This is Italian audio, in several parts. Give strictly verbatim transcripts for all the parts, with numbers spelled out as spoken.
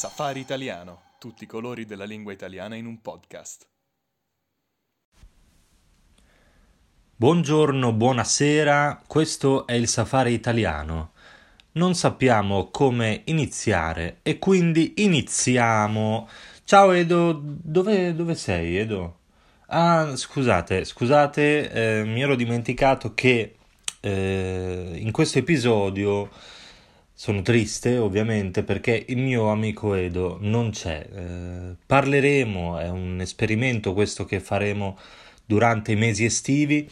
Safari Italiano, tutti i colori della lingua italiana in un podcast. Buongiorno, buonasera, questo è il Safari Italiano. Non sappiamo come iniziare e quindi iniziamo. Ciao Edo, dove, dove sei Edo? Ah, scusate, scusate, eh, mi ero dimenticato che eh, in questo episodio sono triste ovviamente perché il mio amico Edo non c'è. Eh, parleremo, è un esperimento questo che faremo durante i mesi estivi.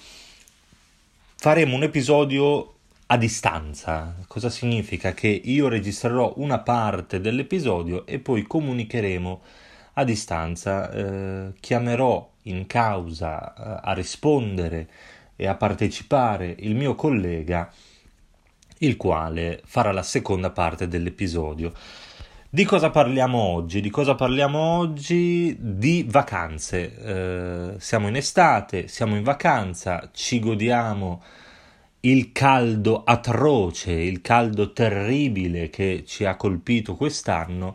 Faremo un episodio a distanza. Cosa significa? Che io registrerò una parte dell'episodio e poi comunicheremo a distanza. Eh, chiamerò in causa eh, a rispondere e a partecipare il mio collega, il quale farà la seconda parte dell'episodio. Di cosa parliamo oggi? Di cosa parliamo oggi? Di vacanze. Eh, siamo in estate, siamo in vacanza, ci godiamo il caldo atroce, il caldo terribile che ci ha colpito quest'anno,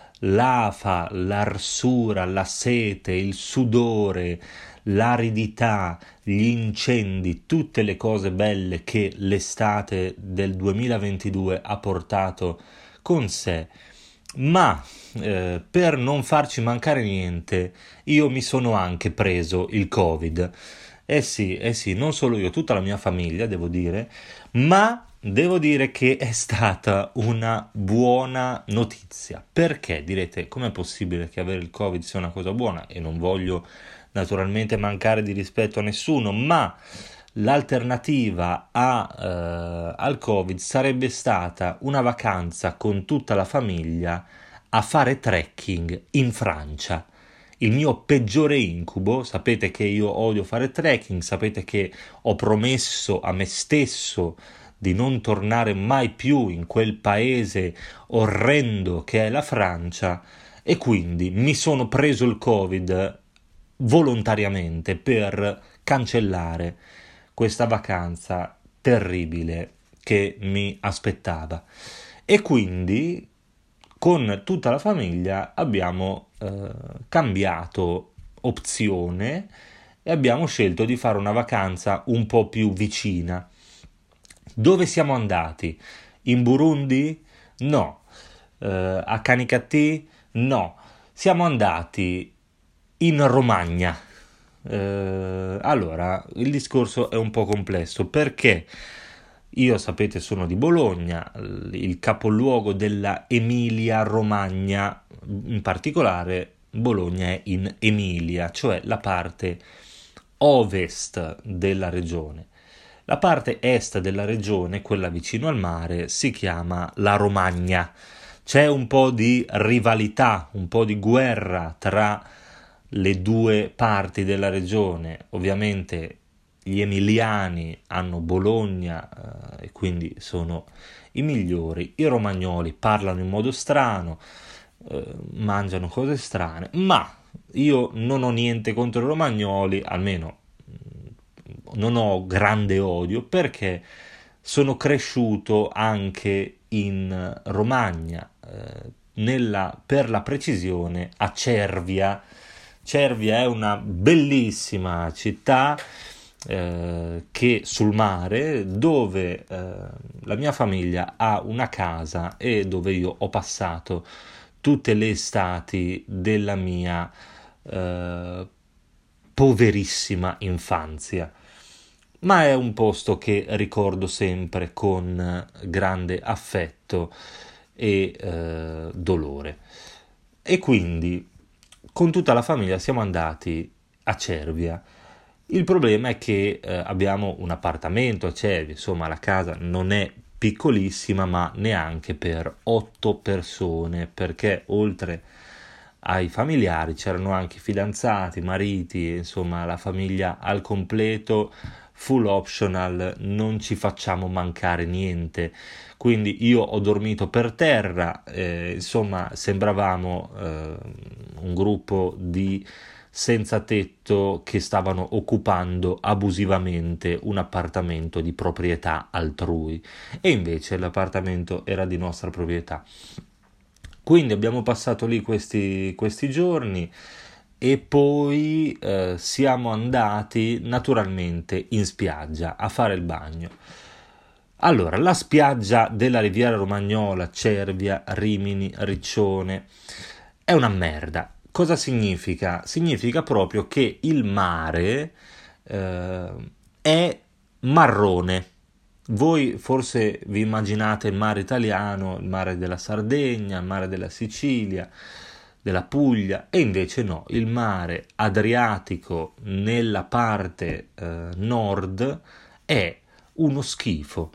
l'afa, l'arsura, la sete, il sudore, l'aridità, gli incendi, tutte le cose belle che l'estate del duemilaventidue ha portato con sé. Ma eh, per non farci mancare niente, io mi sono anche preso il Covid. Eh sì, eh sì, non solo io, tutta la mia famiglia, devo dire, ma devo dire che è stata una buona notizia. Perché? Direte, com'è possibile che avere il Covid sia una cosa buona? E non voglio naturalmente mancare di rispetto a nessuno, ma l'alternativa a, eh, al Covid sarebbe stata una vacanza con tutta la famiglia a fare trekking in Francia. Il mio peggiore incubo, sapete che io odio fare trekking, sapete che ho promesso a me stesso di non tornare mai più in quel paese orrendo che è la Francia, e quindi mi sono preso il Covid volontariamente per cancellare questa vacanza terribile che mi aspettava. E quindi con tutta la famiglia abbiamo eh, cambiato opzione e abbiamo scelto di fare una vacanza un po' più vicina. Dove siamo andati? In Burundi? No. Eh, a Canicattì? No. Siamo andati in Romagna. Eh, allora, il discorso è un po' complesso perché io, sapete, sono di Bologna, il capoluogo della Emilia-Romagna, in particolare Bologna è in Emilia, cioè la parte ovest della regione. La parte est della regione, quella vicino al mare, si chiama la Romagna. C'è un po' di rivalità, un po' di guerra tra le due parti della regione. Ovviamente gli emiliani hanno Bologna eh, e quindi sono i migliori. I romagnoli parlano in modo strano, eh, mangiano cose strane, ma io non ho niente contro i romagnoli, almeno non ho grande odio, perché sono cresciuto anche in Romagna, eh, nella, per la precisione a Cervia. Cervia è una bellissima città eh, che sul mare, dove eh, la mia famiglia ha una casa e dove io ho passato tutte le estati della mia eh, poverissima infanzia. Ma è un posto che ricordo sempre con grande affetto e eh, dolore. E quindi con tutta la famiglia siamo andati a Cervia. Il problema è che eh, abbiamo un appartamento a Cervia, insomma la casa non è piccolissima, ma neanche per otto persone, perché oltre ai familiari c'erano anche fidanzati, mariti, insomma la famiglia al completo, full optional, non ci facciamo mancare niente. Quindi io ho dormito per terra, eh, insomma sembravamo eh, un gruppo di senza tetto che stavano occupando abusivamente un appartamento di proprietà altrui, e invece l'appartamento era di nostra proprietà. Quindi abbiamo passato lì questi, questi giorni e poi eh, siamo andati naturalmente in spiaggia a fare il bagno. Allora, la spiaggia della Riviera Romagnola, Cervia, Rimini, Riccione è una merda. Cosa significa? Significa proprio che il mare eh, è marrone. Voi forse vi immaginate il mare italiano, il mare della Sardegna, il mare della Sicilia, della Puglia, e invece no, il mare Adriatico nella parte eh, nord è uno schifo.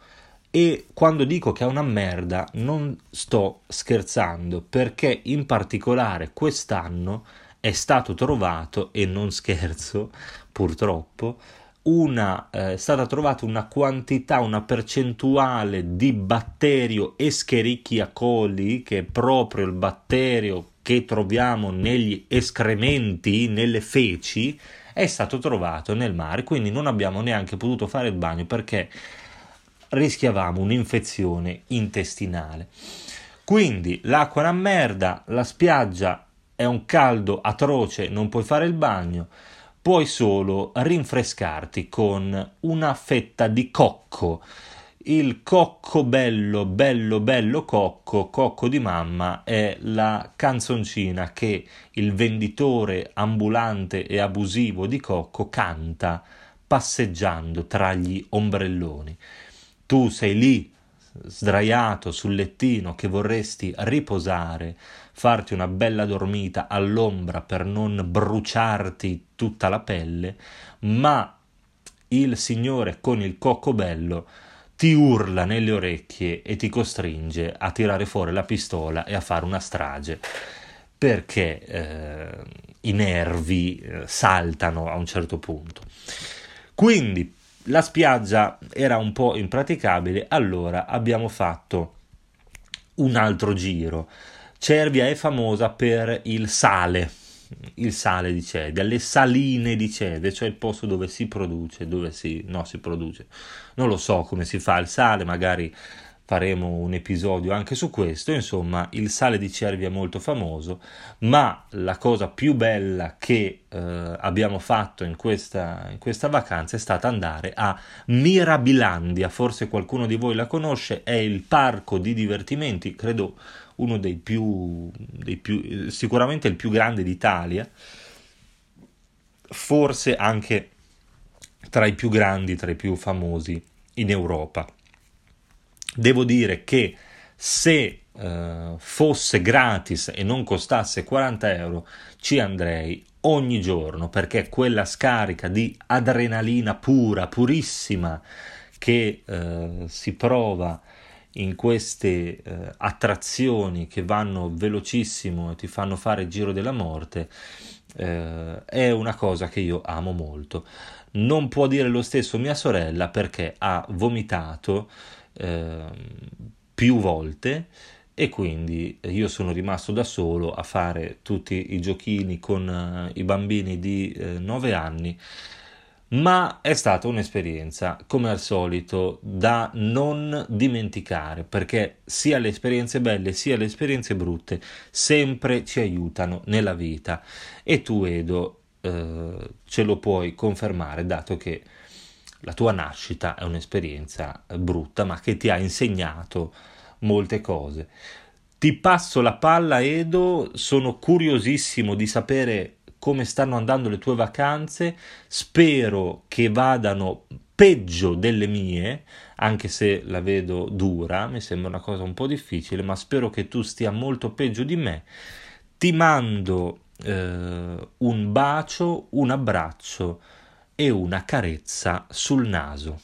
E quando dico che è una merda non sto scherzando, perché in particolare quest'anno è stato trovato, e non scherzo purtroppo, una, eh, è stata trovata una quantità, una percentuale di batterio Escherichia coli, che è proprio il batterio che troviamo negli escrementi, nelle feci, è stato trovato nel mare, quindi non abbiamo neanche potuto fare il bagno perché rischiavamo un'infezione intestinale. Quindi l'acqua è una merda, la spiaggia è un caldo atroce, non puoi fare il bagno, puoi solo rinfrescarti con una fetta di cocco. Il cocco bello, bello, bello cocco, cocco di mamma, è la canzoncina che il venditore ambulante e abusivo di cocco canta passeggiando tra gli ombrelloni. Tu sei lì, sdraiato sul lettino, che vorresti riposare, farti una bella dormita all'ombra per non bruciarti tutta la pelle, ma il signore con il cocco bello ti urla nelle orecchie e ti costringe a tirare fuori la pistola e a fare una strage, perché eh, i nervi eh, saltano a un certo punto. Quindi la spiaggia era un po' impraticabile, allora abbiamo fatto un altro giro. Cervia è famosa per il sale, il sale di Cervia, le saline di Cervia, cioè il posto dove si produce, dove si, no, si produce, non lo so come si fa il sale, magari faremo un episodio anche su questo. Insomma, il sale di Cervia è molto famoso, ma la cosa più bella che eh, abbiamo fatto in questa, in questa vacanza è stata andare a Mirabilandia. Forse qualcuno di voi la conosce, è il parco di divertimenti, credo uno dei più, dei più sicuramente il più grande d'Italia, forse anche tra i più grandi, tra i più famosi in Europa. Devo dire che se eh, fosse gratis e non costasse quaranta euro ci andrei ogni giorno, perché quella scarica di adrenalina pura, purissima, che eh, si prova in queste eh, attrazioni che vanno velocissimo e ti fanno fare il giro della morte, eh, è una cosa che io amo molto. Non può dire lo stesso mia sorella, perché ha vomitato eh, più volte, e quindi io sono rimasto da solo a fare tutti i giochini con uh, i bambini di uh, nove anni, ma è stata un'esperienza, come al solito, da non dimenticare, perché sia le esperienze belle sia le esperienze brutte sempre ci aiutano nella vita, e tu, Edo, uh, ce lo puoi confermare, dato che la tua nascita è un'esperienza brutta, ma che ti ha insegnato molte cose. Ti passo la palla, Edo, sono curiosissimo di sapere come stanno andando le tue vacanze, spero che vadano peggio delle mie, anche se la vedo dura, mi sembra una cosa un po' difficile, ma spero che tu stia molto peggio di me. Ti mando eh, un bacio, un abbraccio e una carezza sul naso.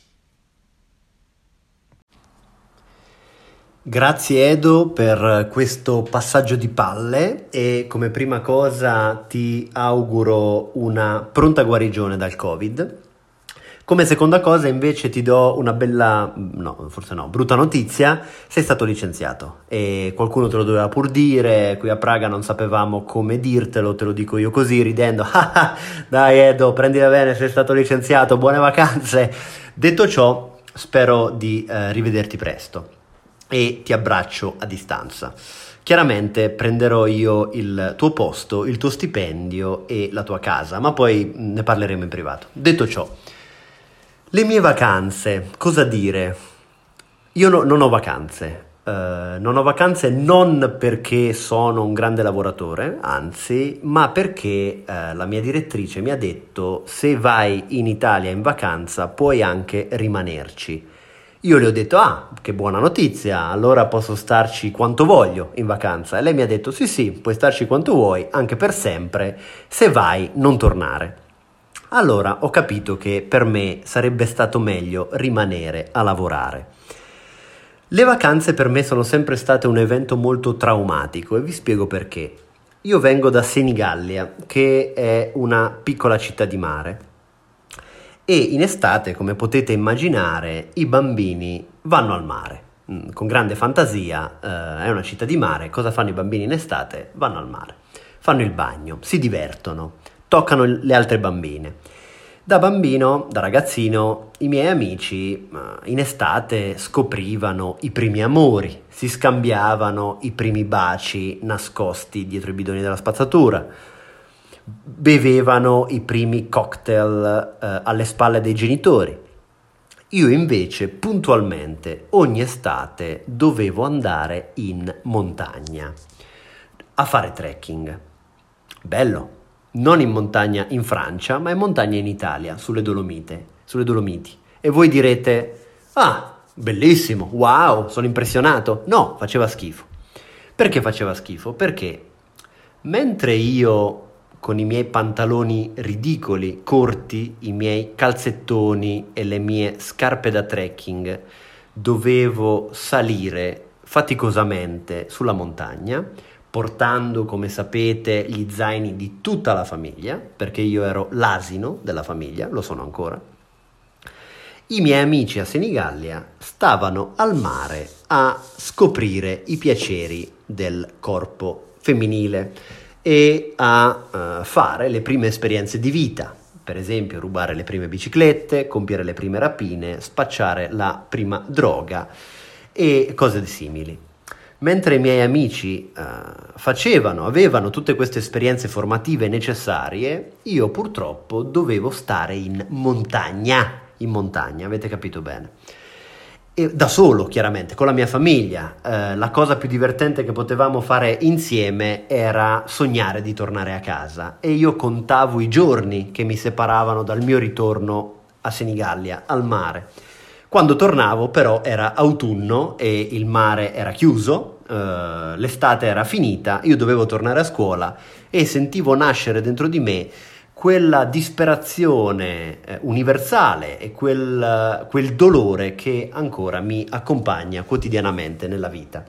Grazie Edo per questo passaggio di palle, e come prima cosa ti auguro una pronta guarigione dal Covid. Come seconda cosa invece ti do una bella, no, forse no, brutta notizia: sei stato licenziato, e qualcuno te lo doveva pur dire. Qui a Praga non sapevamo come dirtelo, te lo dico io così ridendo. Dai Edo, prendila bene, sei stato licenziato, buone vacanze. Detto ciò, spero di eh, rivederti presto. e ti abbraccio a distanza. Chiaramente prenderò io il tuo posto, il tuo stipendio e la tua casa, ma poi ne parleremo in privato. Detto ciò, le mie vacanze, cosa dire? Io no, non ho vacanze. Uh, non ho vacanze non perché sono un grande lavoratore, anzi, ma perché uh, la mia direttrice mi ha detto: se vai in Italia in vacanza puoi anche rimanerci. Io le ho detto: ah, che buona notizia, allora posso starci quanto voglio in vacanza. E lei mi ha detto: sì sì, puoi starci quanto vuoi, anche per sempre, se vai non tornare. Allora ho capito che per me sarebbe stato meglio rimanere a lavorare. Le vacanze per me sono sempre state un evento molto traumatico e vi spiego perché. Io vengo da Senigallia, che è una piccola città di mare, e in estate, come potete immaginare, i bambini vanno al mare. Con grande fantasia, eh, è una città di mare, cosa fanno i bambini in estate? Vanno al mare, fanno il bagno, si divertono, toccano le altre bambine. Da bambino, da ragazzino, i miei amici in estate scoprivano i primi amori, si scambiavano i primi baci nascosti dietro i bidoni della spazzatura, bevevano i primi cocktail eh, alle spalle dei genitori. Io invece puntualmente ogni estate dovevo andare in montagna a fare trekking. Bello! Non in montagna in Francia, ma in montagna in Italia, sulle Dolomite, sulle Dolomiti. E voi direte: ah, bellissimo, wow, sono impressionato. No, faceva schifo. Perché faceva schifo? Perché mentre io con i miei pantaloni ridicoli, corti, i miei calzettoni e le mie scarpe da trekking dovevo salire faticosamente sulla montagna, portando, come sapete, gli zaini di tutta la famiglia, perché io ero l'asino della famiglia, lo sono ancora. I miei amici a Senigallia stavano al mare a scoprire i piaceri del corpo femminile e a uh, fare le prime esperienze di vita, per esempio rubare le prime biciclette, compiere le prime rapine, spacciare la prima droga e cose simili. Mentre i miei amici uh, facevano, avevano tutte queste esperienze formative necessarie, io purtroppo dovevo stare in montagna, in montagna, avete capito bene. E da solo, chiaramente, con la mia famiglia. Uh, la cosa più divertente che potevamo fare insieme era sognare di tornare a casa, e io contavo i giorni che mi separavano dal mio ritorno a Senigallia, al mare. Quando tornavo però era autunno e il mare era chiuso, eh, l'estate era finita, io dovevo tornare a scuola e sentivo nascere dentro di me quella disperazione eh, universale e quel, quel dolore che ancora mi accompagna quotidianamente nella vita.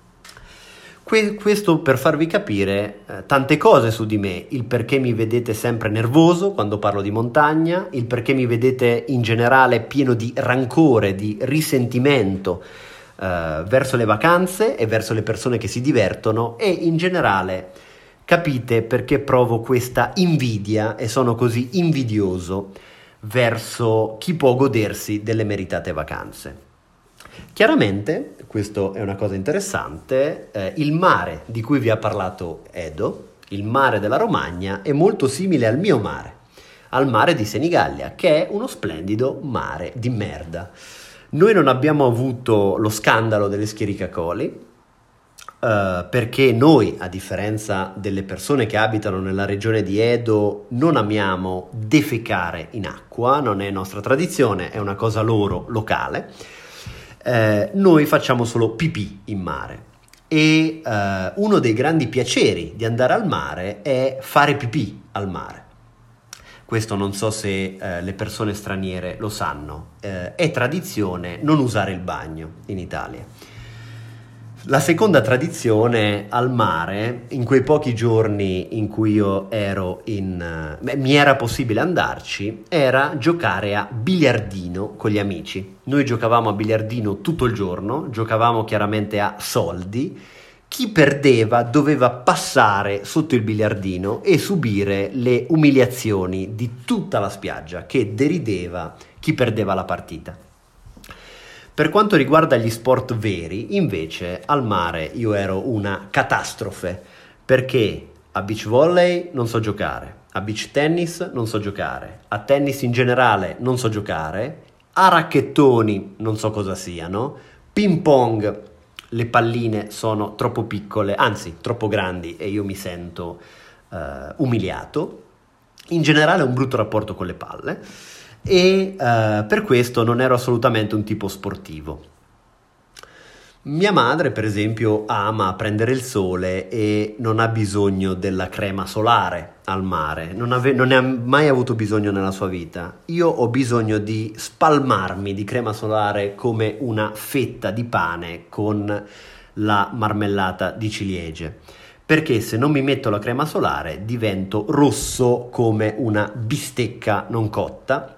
Que- questo per farvi capire eh, tante cose su di me, il perché mi vedete sempre nervoso quando parlo di montagna, il perché mi vedete in generale pieno di rancore, di risentimento eh, verso le vacanze e verso le persone che si divertono, e in generale capite perché provo questa invidia e sono così invidioso verso chi può godersi delle meritate vacanze. Chiaramente, questo è una cosa interessante, eh, il mare di cui vi ha parlato Edo, il mare della Romagna, è molto simile al mio mare, al mare di Senigallia, che è uno splendido mare di merda. Noi non abbiamo avuto lo scandalo delle schiericacoli, Uh, perché noi, a differenza delle persone che abitano nella regione di Edo, non amiamo defecare in acqua, non è nostra tradizione, è una cosa loro locale. Uh, noi facciamo solo pipì in mare, e uh, uno dei grandi piaceri di andare al mare è fare pipì al mare. Questo non so se uh, le persone straniere lo sanno, uh, è tradizione non usare il bagno in Italia. La seconda tradizione al mare, in quei pochi giorni in cui io ero in, beh, mi era possibile andarci, era giocare a biliardino con gli amici. Noi giocavamo a biliardino tutto il giorno, giocavamo chiaramente a soldi. Chi perdeva doveva passare sotto il biliardino e subire le umiliazioni di tutta la spiaggia che derideva chi perdeva la partita. Per quanto riguarda gli sport veri, invece, al mare io ero una catastrofe, perché a beach volley non so giocare, a beach tennis non so giocare, a tennis in generale non so giocare, a racchettoni non so cosa siano, ping pong le palline sono troppo piccole, anzi troppo grandi e io mi sento uh, umiliato. In generale ho un brutto rapporto con le palle e uh, per questo non ero assolutamente un tipo sportivo. Mia madre, per esempio, ama prendere il sole e non ha bisogno della crema solare al mare, non, ave- non ne ha mai avuto bisogno nella sua vita. Io ho bisogno di spalmarmi di crema solare come una fetta di pane con la marmellata di ciliegie, perché se non mi metto la crema solare divento rosso come una bistecca non cotta.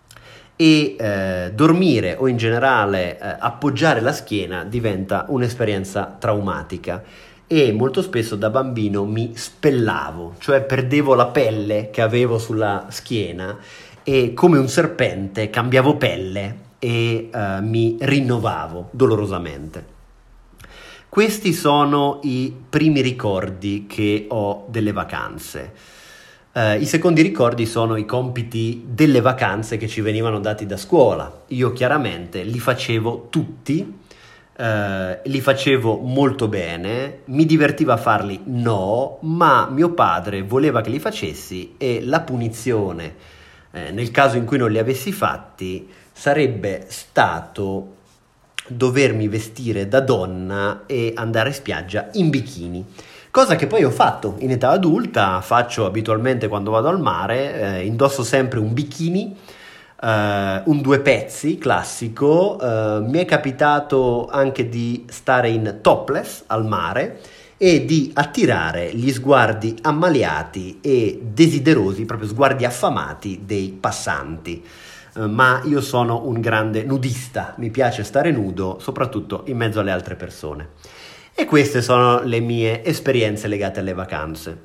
E eh, dormire o in generale eh, appoggiare la schiena diventa un'esperienza traumatica e molto spesso da bambino mi spellavo, cioè perdevo la pelle che avevo sulla schiena e come un serpente cambiavo pelle e eh, mi rinnovavo dolorosamente. Questi sono i primi ricordi che ho delle vacanze. Uh, I secondi ricordi sono i compiti delle vacanze che ci venivano dati da scuola. Io chiaramente li facevo tutti, uh, li facevo molto bene, mi divertiva a farli? No, ma mio padre voleva che li facessi e la punizione, eh, nel caso in cui non li avessi fatti, sarebbe stato dovermi vestire da donna e andare in spiaggia in bikini. Cosa che poi ho fatto in età adulta, faccio abitualmente quando vado al mare, eh, indosso sempre un bikini, eh, un due pezzi classico, eh, mi è capitato anche di stare in topless al mare e di attirare gli sguardi ammaliati e desiderosi, proprio sguardi affamati dei passanti. Uh, ma io sono un grande nudista, mi piace stare nudo, soprattutto in mezzo alle altre persone. E queste sono le mie esperienze legate alle vacanze.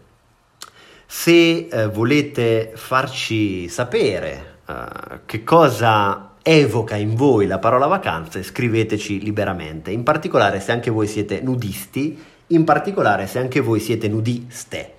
Se eh, volete farci sapere uh, che cosa evoca in voi la parola vacanze, scriveteci liberamente, in particolare se anche voi siete nudisti, in particolare se anche voi siete nudiste.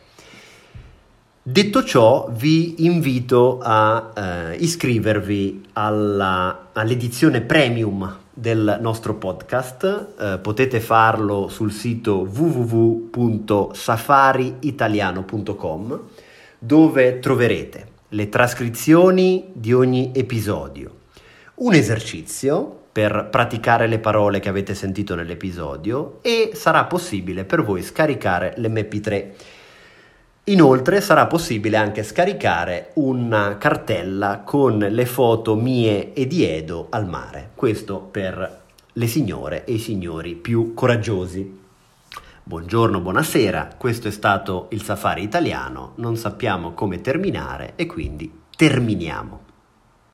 Detto ciò, vi invito a eh, iscrivervi alla, all'edizione premium del nostro podcast. Eh, potete farlo sul sito w w w punto safari italiano punto com, dove troverete le trascrizioni di ogni episodio, un esercizio per praticare le parole che avete sentito nell'episodio e sarà possibile per voi scaricare l'emme pi tre. Inoltre sarà possibile anche scaricare una cartella con le foto mie e di Edo al mare, questo per le signore e i signori più coraggiosi. Buongiorno, buonasera, questo è stato il Safari Italiano, non sappiamo come terminare e quindi terminiamo.